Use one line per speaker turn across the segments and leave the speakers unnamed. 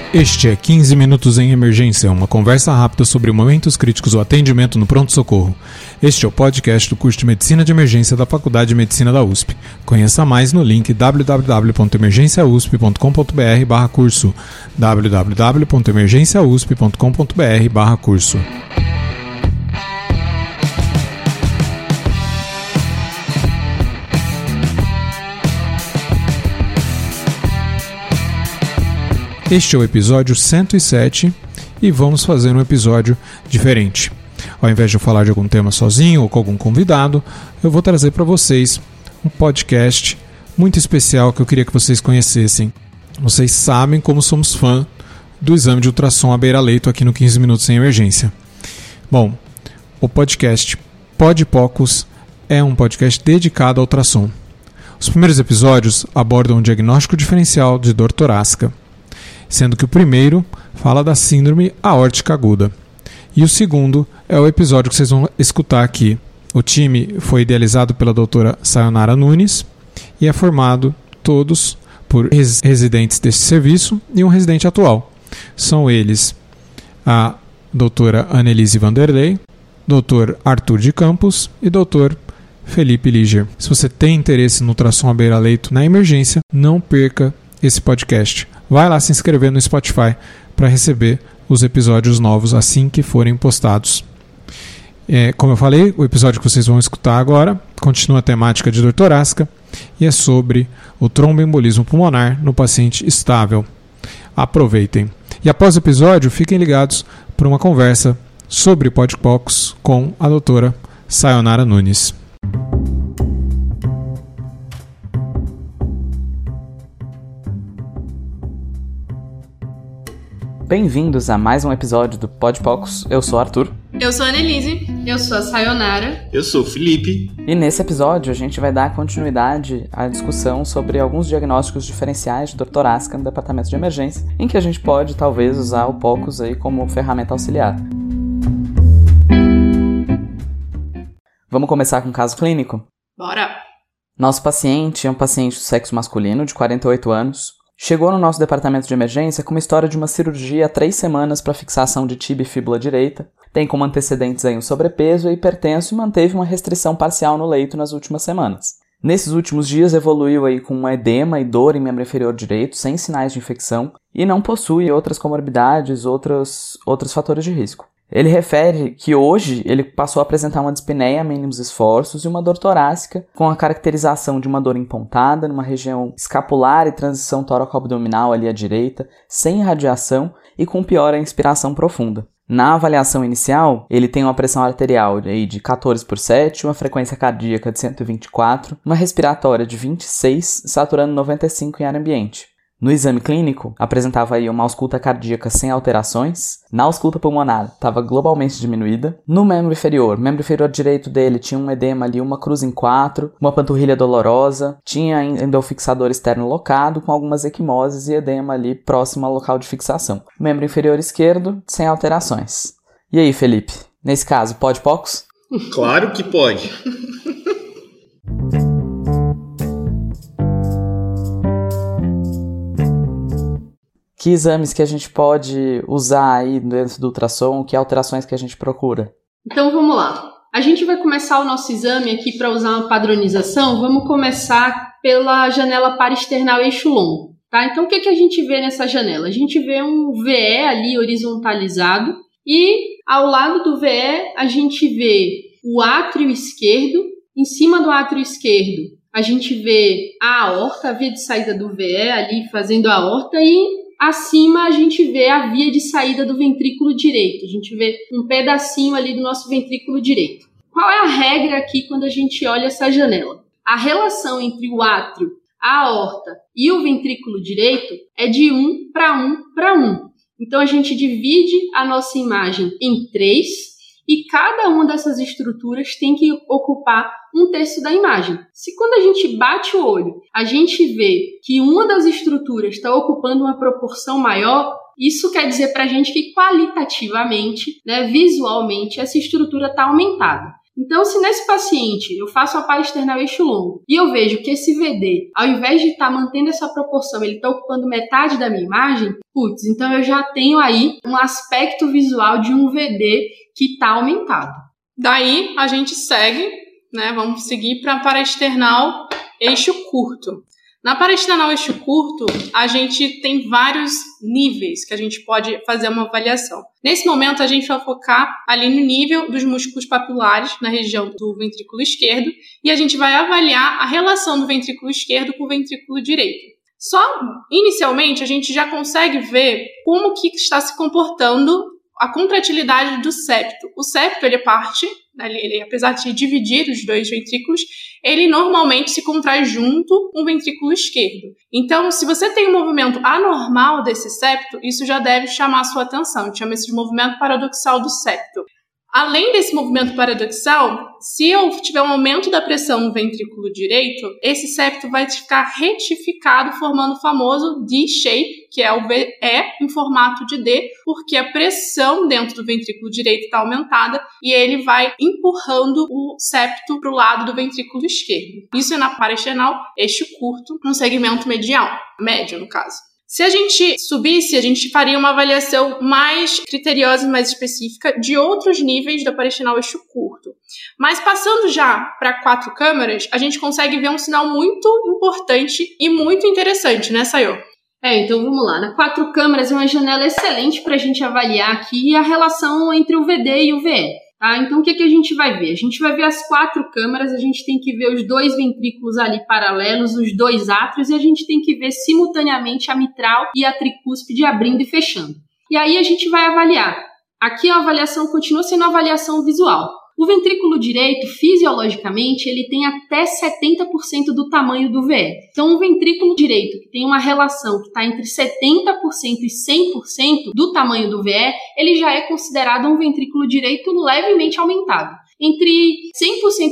Este é 15 Minutos em Emergência, uma conversa rápida sobre momentos críticos do atendimento no pronto-socorro. Este é o podcast do curso de Medicina de Emergência da Faculdade de Medicina da USP. Conheça mais no link www.emergenciausp.com.br/curso www.emergenciausp.com.br/curso. Este é o episódio 107 e vamos fazer um episódio diferente. Ao invés de eu falar de algum tema sozinho ou com algum convidado, eu vou trazer para vocês um podcast muito especial que eu queria que vocês conhecessem. Vocês sabem como somos fã do exame de ultrassom à beira-leito aqui no 15 Minutos em Emergência. Bom, o podcast Podpocus é um podcast dedicado ao ultrassom. Os primeiros episódios abordam o diagnóstico diferencial de dor torácica, sendo que o primeiro fala da síndrome aórtica aguda. E o segundo é o episódio que vocês vão escutar aqui. O time foi idealizado pela doutora Sayonara Nunes e é formado todos por residentes deste serviço e um residente atual. São eles a doutora Annelise Vanderlei, doutor Arthur de Campos e doutor Felipe Liger. Se você tem interesse no ultrassom à beira-leito na emergência, não perca esse podcast. Vai lá se inscrever no Spotify para receber os episódios novos assim que forem postados. Como eu falei, o episódio que vocês vão escutar agora continua a temática de dor torácica e é sobre o tromboembolismo pulmonar no paciente estável. Aproveitem. E após o episódio, fiquem ligados para uma conversa sobre Podpocus com a doutora Sayonara Nunes.
Bem-vindos a mais um episódio do Podpocus. Eu sou o Arthur.
Eu sou a Annelise. Eu sou a Sayonara.
Eu sou o Felipe.
E nesse episódio a gente vai dar continuidade à discussão sobre alguns diagnósticos diferenciais de dor torácica no departamento de emergência, em que a gente pode talvez usar o POCUS aí como ferramenta auxiliar. Vamos começar com o caso clínico?
Bora!
Nosso paciente é um paciente do sexo masculino de 48 anos. Chegou no nosso departamento de emergência com uma história de uma cirurgia há 3 semanas para fixação de tíbia e fíbula direita. Tem como antecedentes aí um sobrepeso, hipertenso e manteve uma restrição parcial no leito nas últimas semanas. Nesses últimos dias evoluiu aí com um edema e dor em membro inferior direito, sem sinais de infecção, e não possui outras comorbidades, outros fatores de risco. Ele refere que hoje ele passou a apresentar uma dispneia a mínimos esforços e uma dor torácica com a caracterização de uma dor empontada numa região escapular e transição tóraco-abdominal ali à direita, sem irradiação e com piora em inspiração profunda. Na avaliação inicial, ele tem uma pressão arterial aí de 14/7, uma frequência cardíaca de 124, uma respiratória de 26, saturando 95 em ar ambiente. No exame clínico, apresentava aí uma ausculta cardíaca sem alterações. Na ausculta pulmonar, estava globalmente diminuída. No membro inferior direito dele tinha um edema ali, uma cruz em 4, uma panturrilha dolorosa, tinha endofixador externo locado com algumas equimoses e edema ali próximo ao local de fixação. Membro inferior esquerdo, sem alterações. E aí, Felipe? Nesse caso, pode POCUS?
Claro que pode.
Que exames que a gente pode usar aí dentro do ultrassom? Que alterações que a gente procura?
Então vamos lá. A gente vai começar o nosso exame aqui para usar uma padronização. Vamos começar pela janela parasternal eixo longo. Tá? Então o que a gente vê nessa janela? A gente vê um VE ali horizontalizado e ao lado do VE a gente vê o átrio esquerdo. Em cima do átrio esquerdo a gente vê a aorta, a via de saída do VE ali fazendo a aorta e acima a gente vê a via de saída do ventrículo direito. A gente vê um pedacinho ali do nosso ventrículo direito. Qual é a regra aqui quando a gente olha essa janela? A relação entre o átrio, a aorta e o ventrículo direito é de 1 para 1 para 1. Então a gente divide a nossa imagem em 3 e cada uma dessas estruturas tem que ocupar 1/3 da imagem. Se quando a gente bate o olho, a gente vê que uma das estruturas está ocupando uma proporção maior, isso quer dizer para a gente que qualitativamente, visualmente, essa estrutura está aumentada. Então, se nesse paciente eu faço a paraesternal eixo longo e eu vejo que esse VD, ao invés de estar mantendo essa proporção, ele está ocupando metade da minha imagem, então eu já tenho aí um aspecto visual de um VD que está aumentado.
Daí, a gente segue, né? Vamos seguir para a paraesternal eixo curto. Na paraesternal eixo curto, a gente tem vários níveis que a gente pode fazer uma avaliação. Nesse momento, a gente vai focar ali no nível dos músculos papilares, na região do ventrículo esquerdo, e a gente vai avaliar a relação do ventrículo esquerdo com o ventrículo direito. Só, inicialmente, a gente já consegue ver como que está se comportando a contratilidade do septo. O septo, ele parte, ele, apesar de dividir os dois ventrículos, ele normalmente se contrai junto com o ventrículo esquerdo. Então, se você tem um movimento anormal desse septo, isso já deve chamar a sua atenção. A gente chama isso de movimento paradoxal do septo. Além desse movimento paradoxal, se eu tiver um aumento da pressão no ventrículo direito, esse septo vai ficar retificado, formando o famoso D-shape, que é o VE em formato de D, porque a pressão dentro do ventrículo direito está aumentada e ele vai empurrando o septo para o lado do ventrículo esquerdo. Isso é na paraesternal eixo curto, no segmento medial, médio no caso. Se a gente subisse, a gente faria uma avaliação mais criteriosa e mais específica de outros níveis da paraesternal eixo curto. Mas passando já para 4 câmaras, a gente consegue ver um sinal muito importante e muito interessante, né, Sayô?
Então vamos lá. Na 4 câmaras é uma janela excelente para a gente avaliar aqui a relação entre o VD e o VE. Tá? Então, o que a gente vai ver? A gente vai ver as 4 câmaras, a gente tem que ver os 2 ventrículos ali paralelos, os 2 átrios, e a gente tem que ver simultaneamente a mitral e a tricúspide abrindo e fechando. E aí a gente vai avaliar. Aqui a avaliação continua sendo uma avaliação visual. O ventrículo direito, fisiologicamente, ele tem até 70% do tamanho do VE. Então, o ventrículo direito, que tem uma relação que está entre 70% e 100% do tamanho do VE, ele já é considerado um ventrículo direito levemente aumentado. Entre 100%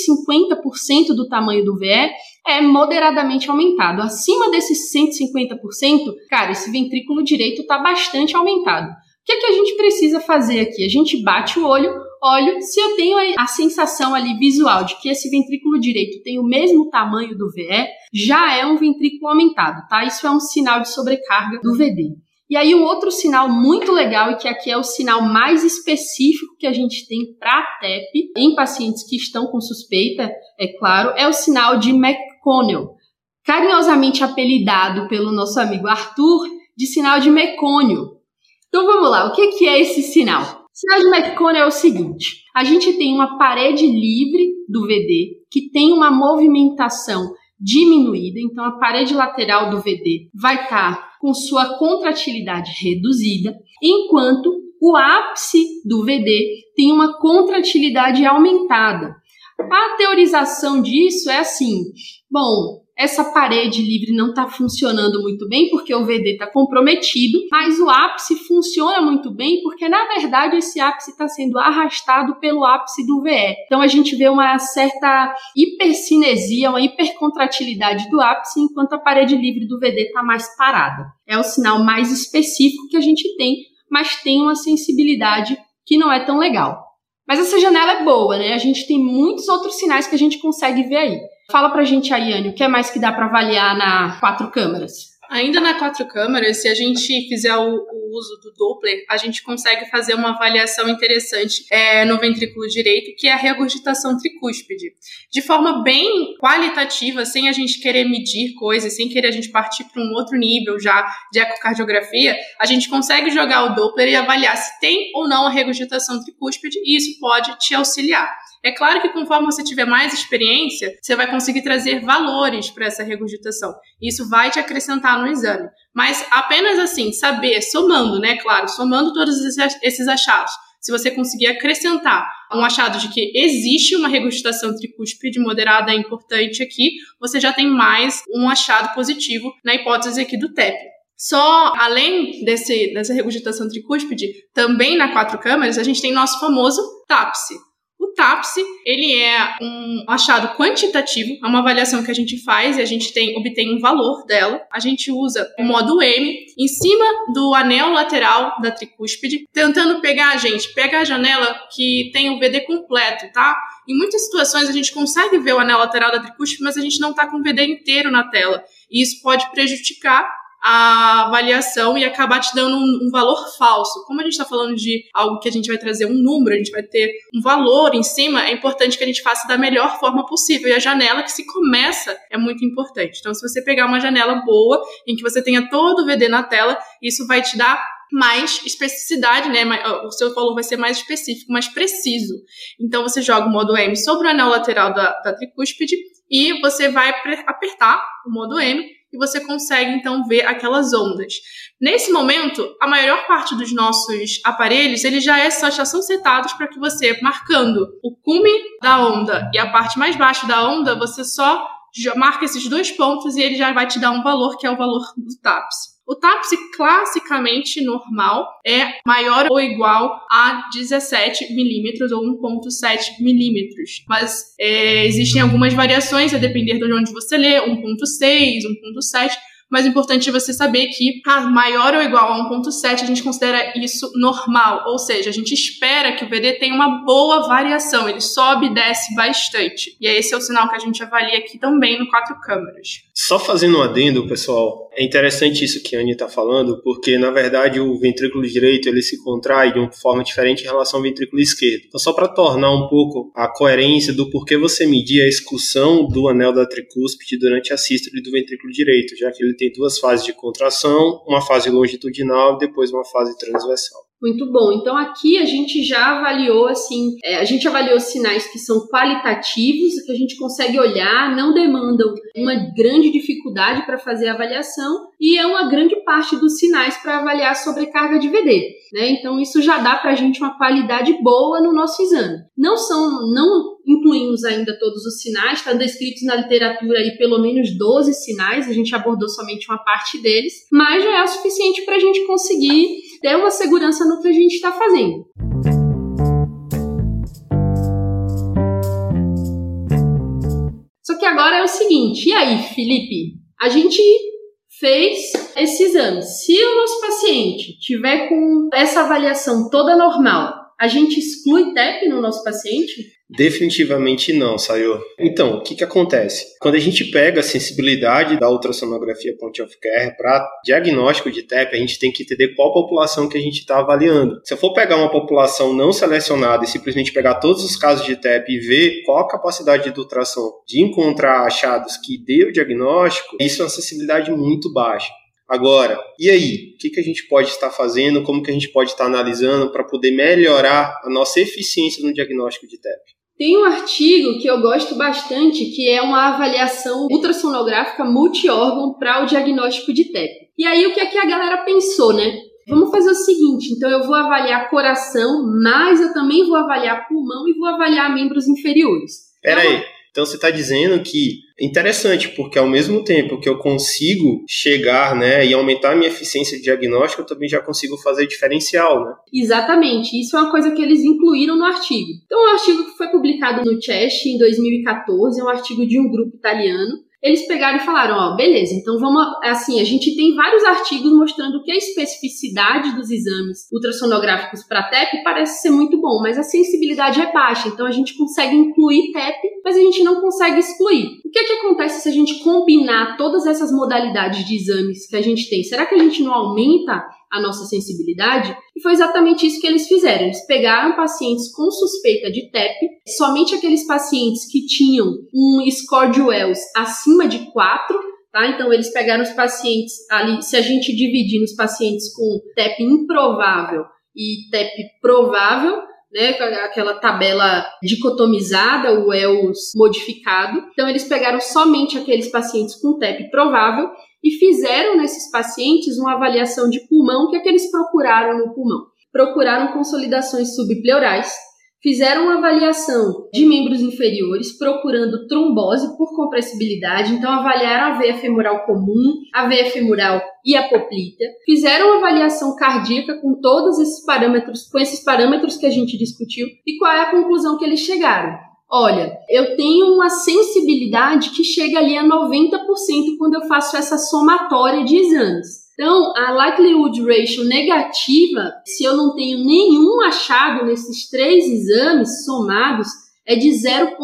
e 150% do tamanho do VE é moderadamente aumentado. Acima desses 150%, cara, esse ventrículo direito está bastante aumentado. O que a gente precisa fazer aqui? A gente bate o olho, se eu tenho a sensação ali visual de que esse ventrículo direito tem o mesmo tamanho do VE, já é um ventrículo aumentado, tá? Isso é um sinal de sobrecarga do VD. E aí um outro sinal muito legal, e que aqui é o sinal mais específico que a gente tem para TEP, em pacientes que estão com suspeita, é claro, é o sinal de McConnell, carinhosamente apelidado pelo nosso amigo Arthur de sinal de mecônio. Então vamos lá, o que é esse sinal? O sinal de McConnell é o seguinte: a gente tem uma parede livre do VD que tem uma movimentação diminuída, então a parede lateral do VD vai estar com sua contratilidade reduzida, enquanto o ápice do VD tem uma contratilidade aumentada. A teorização disso é assim: bom, essa parede livre não está funcionando muito bem porque o VD está comprometido, mas o ápice funciona muito bem porque, na verdade, esse ápice está sendo arrastado pelo ápice do VE. Então, a gente vê uma certa hipercinesia, uma hipercontratilidade do ápice, enquanto a parede livre do VD está mais parada. É o sinal mais específico que a gente tem, mas tem uma sensibilidade que não é tão legal. Mas essa janela é boa, né? A gente tem muitos outros sinais que a gente consegue ver aí. Fala pra gente aí, Anny, o que é mais que dá pra avaliar na 4 câmaras?
Ainda na 4 câmaras, se a gente fizer o uso do Doppler, a gente consegue fazer uma avaliação interessante no ventrículo direito, que é a regurgitação tricúspide. De forma bem qualitativa, sem a gente querer medir coisas, sem querer a gente partir para um outro nível já de ecocardiografia, a gente consegue jogar o Doppler e avaliar se tem ou não a regurgitação tricúspide, e isso pode te auxiliar. É claro que conforme você tiver mais experiência, você vai conseguir trazer valores para essa regurgitação. Isso vai te acrescentar no exame. Mas apenas assim, saber, somando, né? Claro, somando todos esses achados. Se você conseguir acrescentar um achado de que existe uma regurgitação tricúspide moderada é importante aqui, você já tem mais um achado positivo na hipótese aqui do TEP. Só, além dessa regurgitação tricúspide, também na 4 câmaras, a gente tem nosso famoso TAPSE. O TAPSE, ele é um achado quantitativo, é uma avaliação que a gente faz e a gente obtém um valor dela. A gente usa o modo M em cima do anel lateral da tricúspide, tentando pegar a janela que tem o VD completo, tá? Em muitas situações a gente consegue ver o anel lateral da tricúspide, mas a gente não está com o VD inteiro na tela. E isso pode prejudicar a avaliação e acabar te dando um valor falso. Como a gente está falando de algo que a gente vai trazer um número, a gente vai ter um valor em cima, é importante que a gente faça da melhor forma possível. E a janela que se começa é muito importante. Então, se você pegar uma janela boa, em que você tenha todo o VD na tela, isso vai te dar mais especificidade, né? O seu valor vai ser mais específico, mais preciso. Então, você joga o modo M sobre o anel lateral da tricúspide e você vai apertar o modo M e você consegue, então, ver aquelas ondas. Nesse momento, a maior parte dos nossos aparelhos, eles já são setados para que você, marcando o cume da onda e a parte mais baixa da onda, você só marca esses 2 pontos e ele já vai te dar um valor, que é o valor do TAPS. O TAPS, classicamente normal, é maior ou igual a 17 milímetros ou 1,7 milímetros. Mas existem algumas variações, a depender de onde você lê, 1,6, 1,7. Mas o importante é você saber que maior ou igual a 1,7 a gente considera isso normal. Ou seja, a gente espera que o VD tenha uma boa variação. Ele sobe e desce bastante. E esse é o sinal que a gente avalia aqui também no 4 câmeras.
Só fazendo um adendo, pessoal, é interessante isso que a Anny está falando, porque, na verdade, o ventrículo direito ele se contrai de uma forma diferente em relação ao ventrículo esquerdo. Então, só para tornar um pouco a coerência do porquê você medir a excursão do anel da tricúspide durante a sístole do ventrículo direito, já que ele tem 2 fases de contração, uma fase longitudinal e depois uma fase transversal.
Muito bom. Então aqui a gente já avaliou, a gente avaliou sinais que são qualitativos, que a gente consegue olhar, não demandam uma grande dificuldade para fazer a avaliação e é uma grande parte dos sinais para avaliar a sobrecarga de VD, né? Então isso já dá para a gente uma qualidade boa no nosso exame. Não incluímos ainda todos os sinais, estão descritos na literatura aí pelo menos 12 sinais, a gente abordou somente uma parte deles, mas já é o suficiente para a gente conseguir ter uma segurança no que a gente está fazendo. Só que agora é o seguinte, e aí, Felipe? A gente fez esse exame. Se o nosso paciente tiver com essa avaliação toda normal, a gente exclui TEP no nosso paciente?
Definitivamente não, Sayô. Então, o que acontece? Quando a gente pega a sensibilidade da ultrassonografia point of care para diagnóstico de TEP, a gente tem que entender qual população que a gente está avaliando. Se eu for pegar uma população não selecionada e simplesmente pegar todos os casos de TEP e ver qual a capacidade de ultrassom de encontrar achados que dê o diagnóstico, isso é uma sensibilidade muito baixa. Agora, e aí? O que a gente pode estar fazendo? Como que a gente pode estar analisando para poder melhorar a nossa eficiência no diagnóstico de TEP?
Tem um artigo que eu gosto bastante, que é uma avaliação ultrassonográfica multi-órgão para o diagnóstico de TEP. E aí, o que é que a galera pensou, né? Vamos fazer o seguinte, então eu vou avaliar coração, mas eu também vou avaliar pulmão e vou avaliar membros inferiores.
Peraí. Então você está dizendo que é interessante, porque ao mesmo tempo que eu consigo chegar, né, e aumentar a minha eficiência de diagnóstico, eu também já consigo fazer diferencial, né?
Exatamente, isso é uma coisa que eles incluíram no artigo. Então é um artigo que foi publicado no CHEST em 2014, é um artigo de um grupo italiano. Eles pegaram e falaram, beleza, então vamos, a gente tem vários artigos mostrando que a especificidade dos exames ultrassonográficos para TEP parece ser muito bom, mas a sensibilidade é baixa, então a gente consegue incluir TEP, mas a gente não consegue excluir. O que acontece se a gente combinar todas essas modalidades de exames que a gente tem? Será que a gente não aumenta a nossa sensibilidade? E foi exatamente isso que eles fizeram. Eles pegaram pacientes com suspeita de TEP, somente aqueles pacientes que tinham um score de Wells acima de 4, tá? Então eles pegaram os pacientes ali, se a gente dividir nos pacientes com TEP improvável e TEP provável, né, com aquela tabela dicotomizada, o Wells modificado. Então eles pegaram somente aqueles pacientes com TEP provável e fizeram nesses pacientes uma avaliação de pulmão. O que é que eles procuraram no pulmão? Procuraram consolidações subpleurais, fizeram uma avaliação de membros inferiores, procurando trombose por compressibilidade, então avaliaram a veia femoral comum, a veia femoral e a poplítea, fizeram uma avaliação cardíaca com todos esses parâmetros que a gente discutiu, e qual é a conclusão que eles chegaram? Olha, eu tenho uma sensibilidade que chega ali a 90% quando eu faço essa somatória de exames. Então, a likelihood ratio negativa, se eu não tenho nenhum achado nesses 3 exames somados, é de 0,12.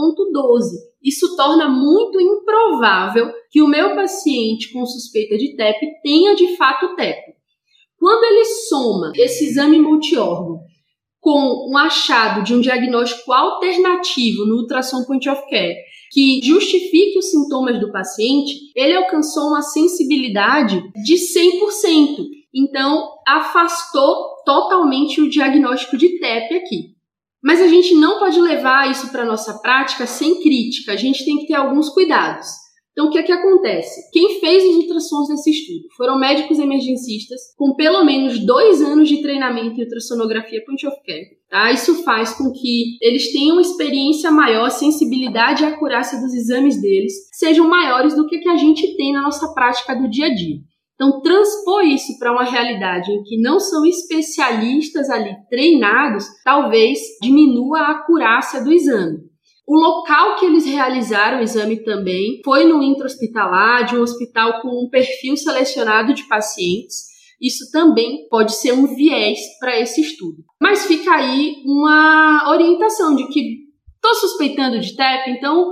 Isso torna muito improvável que o meu paciente com suspeita de TEP tenha de fato TEP. Quando ele soma esse exame multiórgão com um achado de um diagnóstico alternativo no ultrassom point of care que justifique os sintomas do paciente, ele alcançou uma sensibilidade de 100%. Então, afastou totalmente o diagnóstico de TEP aqui. Mas a gente não pode levar isso para a nossa prática sem crítica, a gente tem que ter alguns cuidados. Então, o que é que acontece? Quem fez os ultrassons nesse estudo foram médicos emergencistas com pelo menos 2 anos de treinamento em ultrassonografia point of care. Tá? Isso faz com que eles tenham experiência maior, a sensibilidade e a acurácia dos exames deles sejam maiores do que a gente tem na nossa prática do dia a dia. Então, transpor isso para uma realidade em que não são especialistas ali treinados, talvez diminua a acurácia do exame. O local que eles realizaram o exame também foi no intra-hospitalar, de um hospital com um perfil selecionado de pacientes. Isso também pode ser um viés para esse estudo. Mas fica aí uma orientação de que estou suspeitando de TEP, então,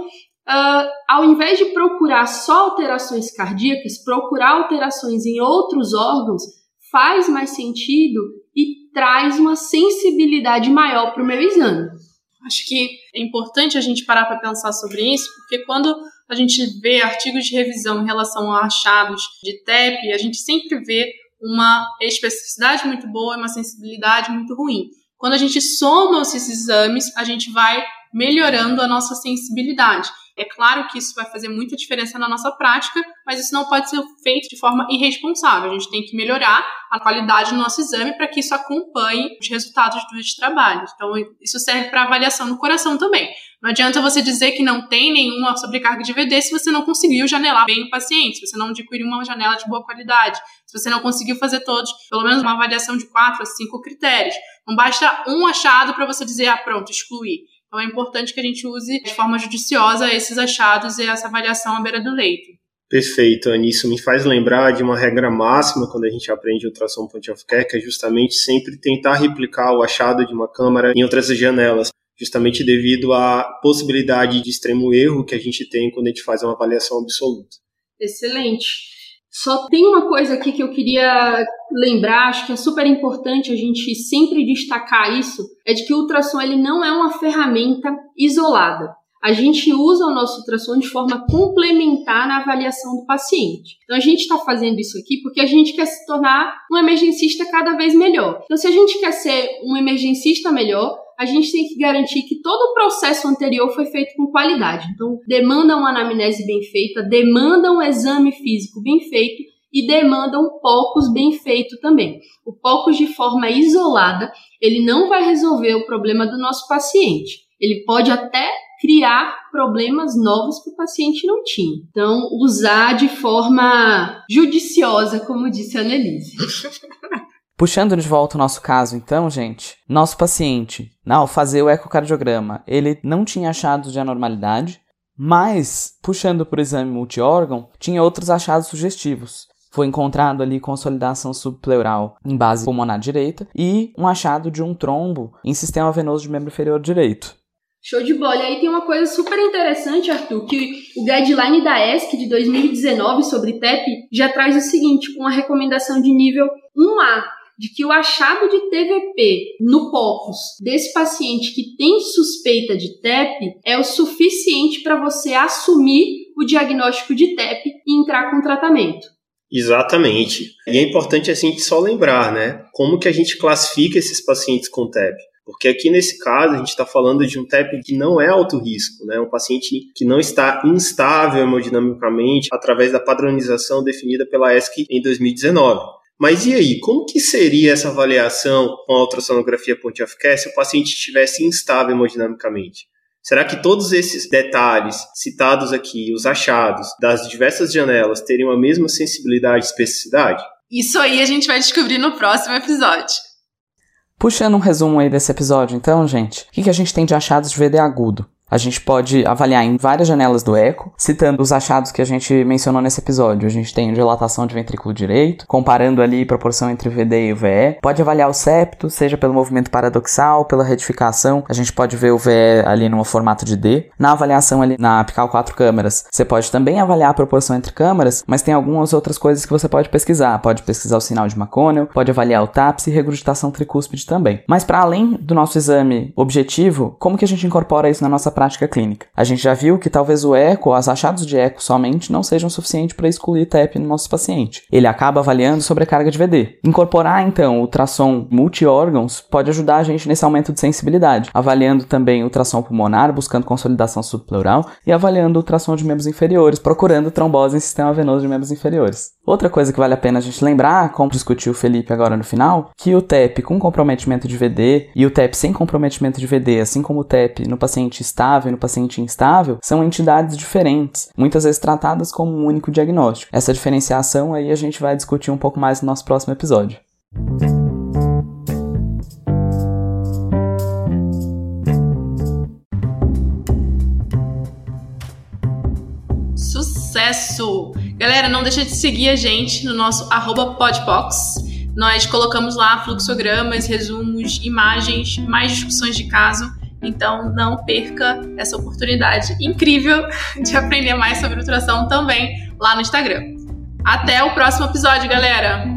ao invés de procurar só alterações cardíacas, procurar alterações em outros órgãos faz mais sentido e traz uma sensibilidade maior para o meu exame.
Acho que é importante a gente parar para pensar sobre isso, porque quando a gente vê artigos de revisão em relação a achados de TEP, a gente sempre vê uma especificidade muito boa e uma sensibilidade muito ruim. Quando a gente soma esses exames, a gente vai melhorando a nossa sensibilidade. É claro que isso vai fazer muita diferença na nossa prática, mas isso não pode ser feito de forma irresponsável. A gente tem que melhorar a qualidade do nosso exame para que isso acompanhe os resultados dos trabalhos. Então, isso serve para avaliação no coração também. Não adianta você dizer que não tem nenhuma sobrecarga de VD se você não conseguiu janelar bem o paciente, se você não adquiriu uma janela de boa qualidade, se você não conseguiu fazer todos, pelo menos uma avaliação de 4 a 5 critérios. Não basta um achado para você dizer, pronto, excluir. Então é importante que a gente use de forma judiciosa esses achados e essa avaliação à beira do leito.
Perfeito, Anny. Isso me faz lembrar de uma regra máxima quando a gente aprende ultrassom point of care, que é justamente sempre tentar replicar o achado de uma câmara em outras janelas, justamente devido à possibilidade de extremo erro que a gente tem quando a gente faz uma avaliação absoluta.
Excelente. Só tem uma coisa aqui que eu queria lembrar, acho que é super importante a gente sempre destacar isso, é de que o ultrassom ele não é uma ferramenta isolada. A gente usa o nosso ultrassom de forma complementar na avaliação do paciente. Então a gente está fazendo isso aqui porque a gente quer se tornar um emergencista cada vez melhor. Então se a gente quer ser um emergencista melhor, a gente tem que garantir que todo o processo anterior foi feito com qualidade. Então, demanda uma anamnese bem feita, demanda um exame físico bem feito e demanda um POCUS bem feito também. O POCUS de forma isolada, ele não vai resolver o problema do nosso paciente. Ele pode até criar problemas novos que o paciente não tinha. Então, usar de forma judiciosa, como disse a Annelise.
Puxando de volta o nosso caso, então, gente, nosso paciente, ao fazer o ecocardiograma, ele não tinha achados de anormalidade, mas, puxando para o exame multiórgão, tinha outros achados sugestivos. Foi encontrado ali consolidação subpleural em base pulmonar direita e um achado de um trombo em sistema venoso de membro inferior direito.
Show de bola. E aí tem uma coisa super interessante, Arthur, que o guideline da ESC de 2019 sobre TEP já traz o seguinte, uma recomendação de nível 1A, de que o achado de TVP no POCUS desse paciente que tem suspeita de TEP é o suficiente para você assumir o diagnóstico de TEP e entrar com tratamento.
Exatamente. E é importante assim só lembrar, né, como que a gente classifica esses pacientes com TEP. Porque aqui nesse caso a gente está falando de um TEP que não é alto risco, né? Um paciente que não está instável hemodinamicamente através da padronização definida pela ESC em 2019. Mas e aí, como que seria essa avaliação com a ultrassonografia point of care se o paciente estivesse instável hemodinamicamente? Será que todos esses detalhes citados aqui, os achados das diversas janelas, teriam a mesma sensibilidade e especificidade?
Isso aí a gente vai descobrir no próximo episódio.
Puxando um resumo aí desse episódio, então, gente, o que a gente tem de achados de VD agudo? A gente pode avaliar em várias janelas do eco, citando os achados que a gente mencionou nesse episódio. A gente tem dilatação de ventrículo direito, comparando ali a proporção entre o VD e o VE. Pode avaliar o septo, seja pelo movimento paradoxal, pela retificação. A gente pode ver o VE ali no formato de D. Na avaliação ali na apical 4 câmaras, você pode também avaliar a proporção entre câmaras, mas tem algumas outras coisas que você pode pesquisar. Pode pesquisar o sinal de McConnell, pode avaliar o TAPS e regurgitação tricúspide também. Mas para além do nosso exame objetivo, como que a gente incorpora isso na nossa prática clínica? A gente já viu que talvez o eco, os achados de eco somente não sejam suficientes para excluir TEP no nosso paciente. Ele acaba avaliando sobrecarga de VD. Incorporar, então, o ultrassom multi-órgãos pode ajudar a gente nesse aumento de sensibilidade, avaliando também o ultrassom pulmonar, buscando consolidação subpleural, e avaliando o ultrassom de membros inferiores, procurando trombose em sistema venoso de membros inferiores. Outra coisa que vale a pena a gente lembrar, como discutiu o Felipe agora no final, que o TEP com comprometimento de VD e o TEP sem comprometimento de VD, assim como o TEP no paciente estável e no paciente instável, são entidades diferentes, muitas vezes tratadas como um único diagnóstico. Essa diferenciação aí a gente vai discutir um pouco mais no nosso próximo episódio.
Sucesso! Galera, não deixa de seguir a gente no nosso @podpox. Nós colocamos lá fluxogramas, resumos, imagens, mais discussões de caso. Então não perca essa oportunidade incrível de aprender mais sobre ultrassom também lá no Instagram. Até o próximo episódio, galera!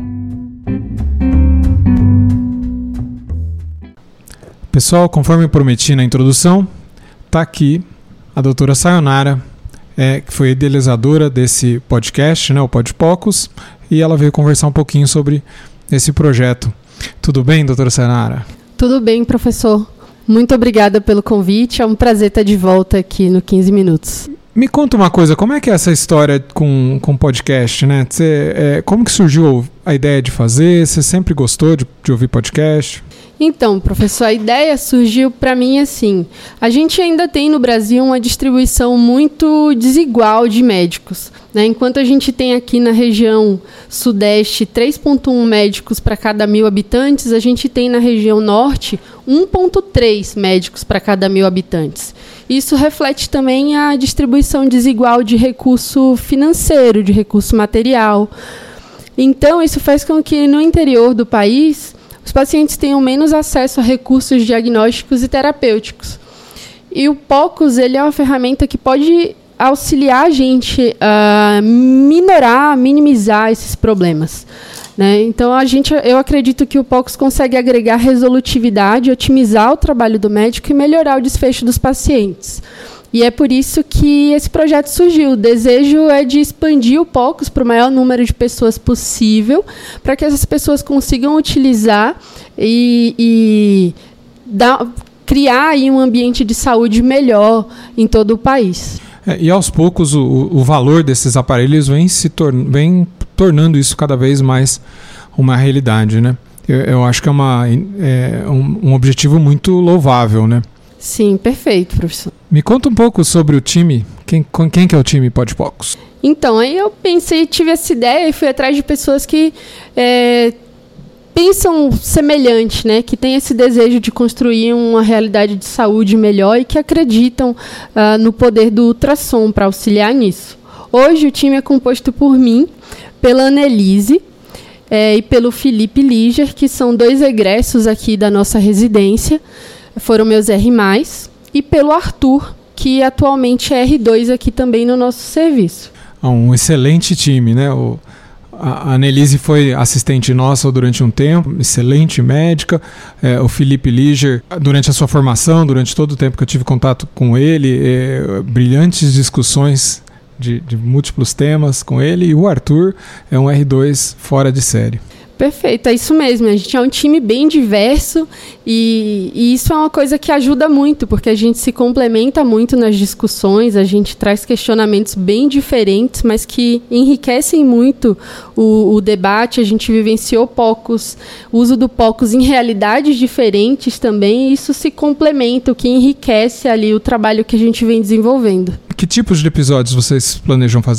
Pessoal, conforme eu prometi na introdução, tá aqui a doutora Sayonara, que foi idealizadora desse podcast, né, o Podpocus, e ela veio conversar um pouquinho sobre esse projeto. Tudo bem, doutora Sayonara?
Tudo bem, professor. Muito obrigada pelo convite, é um prazer estar de volta aqui no 15 Minutos.
Me conta uma coisa, como é que é essa história com podcast, né? Como que surgiu a ideia de fazer? Você sempre gostou de ouvir podcast?
Então, professor, a ideia surgiu para mim assim. A gente ainda tem no Brasil uma distribuição muito desigual de médicos, né? Enquanto a gente tem aqui na região sudeste 3,1 médicos para cada 1.000 habitantes, a gente tem na região norte 1,3 médicos para cada 1.000 habitantes. Isso reflete também a distribuição desigual de recurso financeiro, de recurso material. Então, isso faz com que no interior do país os pacientes tenham menos acesso a recursos diagnósticos e terapêuticos. E o POCUS, ele é uma ferramenta que pode auxiliar a gente a minorar, minimizar esses problemas, né? Então, eu acredito que o POCUS consegue agregar resolutividade, otimizar o trabalho do médico e melhorar o desfecho dos pacientes. E é por isso que esse projeto surgiu. O desejo é de expandir o POCUS para o maior número de pessoas possível, para que essas pessoas consigam utilizar e criar aí um ambiente de saúde melhor em todo o país.
E aos poucos o valor desses aparelhos vem tornando isso cada vez mais uma realidade, né? Eu acho que é um objetivo muito louvável, né?
Sim, perfeito, professor.
Me conta um pouco sobre o time. Quem que é o time Podpocus?
Então, aí eu tive essa ideia e fui atrás de pessoas que pensam semelhante, né? Que têm esse desejo de construir uma realidade de saúde melhor e que acreditam no poder do ultrassom para auxiliar nisso. Hoje o time é composto por mim, pela Annelise e pelo Felipe Liger, que são 2 egressos aqui da nossa residência. Foram meus R+, e pelo Arthur, que atualmente é R2 aqui também no nosso serviço. Um
excelente time, né? A Annelise foi assistente nossa durante um tempo, excelente médica. O Felipe Liger, durante a sua formação, durante todo o tempo que eu tive contato com ele, brilhantes discussões de múltiplos temas com ele. E o Arthur é um R2 fora de série.
Perfeito, é isso mesmo. A gente é um time bem diverso e isso é uma coisa que ajuda muito, porque a gente se complementa muito nas discussões, a gente traz questionamentos bem diferentes, mas que enriquecem muito o debate. A gente vivenciou POCUS, o uso do POCUS em realidades diferentes também, e isso se complementa, o que enriquece ali o trabalho que a gente vem desenvolvendo.
Que tipos de episódios vocês planejam fazer?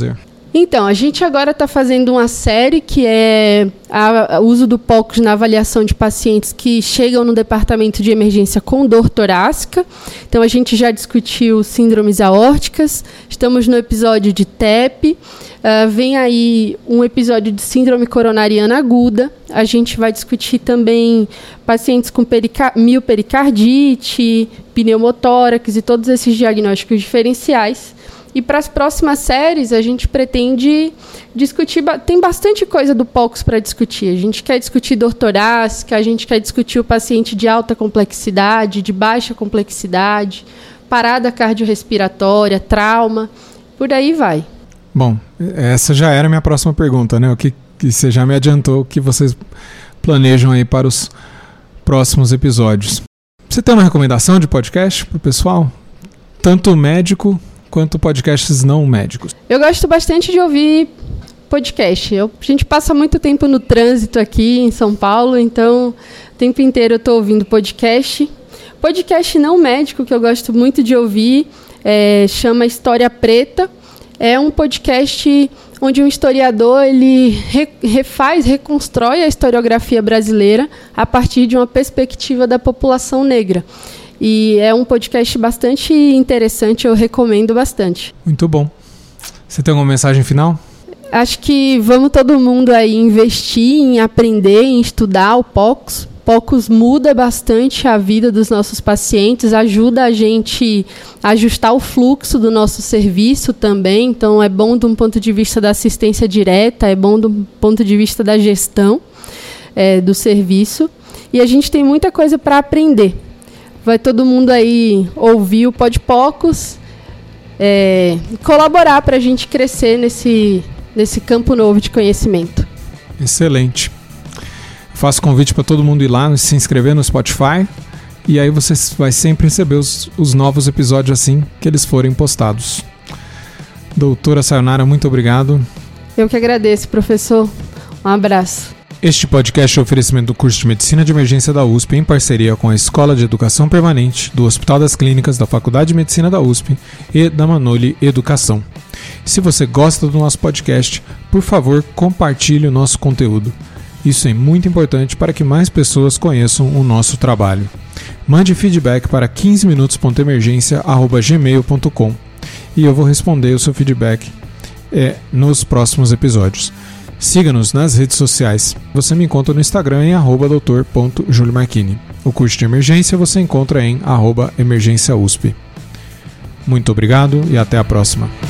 Então, a gente agora está fazendo uma série que é o uso do POCUS na avaliação de pacientes que chegam no departamento de emergência com dor torácica. Então, a gente já discutiu síndromes aórticas, estamos no episódio de TEP, vem aí um episódio de síndrome coronariana aguda. A gente vai discutir também pacientes com miopericardiite, pneumotórax e todos esses diagnósticos diferenciais. E para as próximas séries, a gente pretende discutir... Tem bastante coisa do POCUS para discutir. A gente quer discutir dor torácica, a gente quer discutir o paciente de alta complexidade, de baixa complexidade, parada cardiorrespiratória, trauma, por aí vai.
Bom, essa já era a minha próxima pergunta, né? O que você já me adiantou, o que vocês planejam aí para os próximos episódios. Você tem uma recomendação de podcast para o pessoal? Tanto médico quanto podcasts não médicos.
Eu gosto bastante de ouvir podcast. A gente passa muito tempo no trânsito aqui em São Paulo, então o tempo inteiro eu estou ouvindo podcast. Podcast não médico que eu gosto muito de ouvir chama História Preta. É um podcast onde um historiador ele reconstrói a historiografia brasileira a partir de uma perspectiva da população negra. E é um podcast bastante interessante, eu recomendo bastante.
Muito bom. Você tem alguma mensagem final?
Acho que vamos todo mundo aí investir em aprender, em estudar o POCUS. POCUS muda bastante a vida dos nossos pacientes, ajuda a gente a ajustar o fluxo do nosso serviço também. Então, é bom de um ponto de vista da assistência direta, é bom do ponto de vista da gestão do serviço. E a gente tem muita coisa para aprender. Vai todo mundo aí ouvir o PodPOCUS, colaborar para a gente crescer nesse campo novo de conhecimento.
Excelente. Faço convite para todo mundo ir lá, se inscrever no Spotify, e aí você vai sempre receber os novos episódios assim que eles forem postados. Doutora Sayonara, muito obrigado.
Eu que agradeço, professor. Um abraço.
Este podcast é um oferecimento do curso de Medicina de Emergência da USP em parceria com a Escola de Educação Permanente, do Hospital das Clínicas, da Faculdade de Medicina da USP e da Manoli Educação. Se você gosta do nosso podcast, por favor, compartilhe o nosso conteúdo. Isso é muito importante para que mais pessoas conheçam o nosso trabalho. Mande feedback para 15minutos.emergência@gmail.com e eu vou responder o seu feedback nos próximos episódios. Siga-nos nas redes sociais. Você me encontra no Instagram em @doutor.juliomarchini. O curso de emergência você encontra em @emergênciausp. Muito obrigado e até a próxima.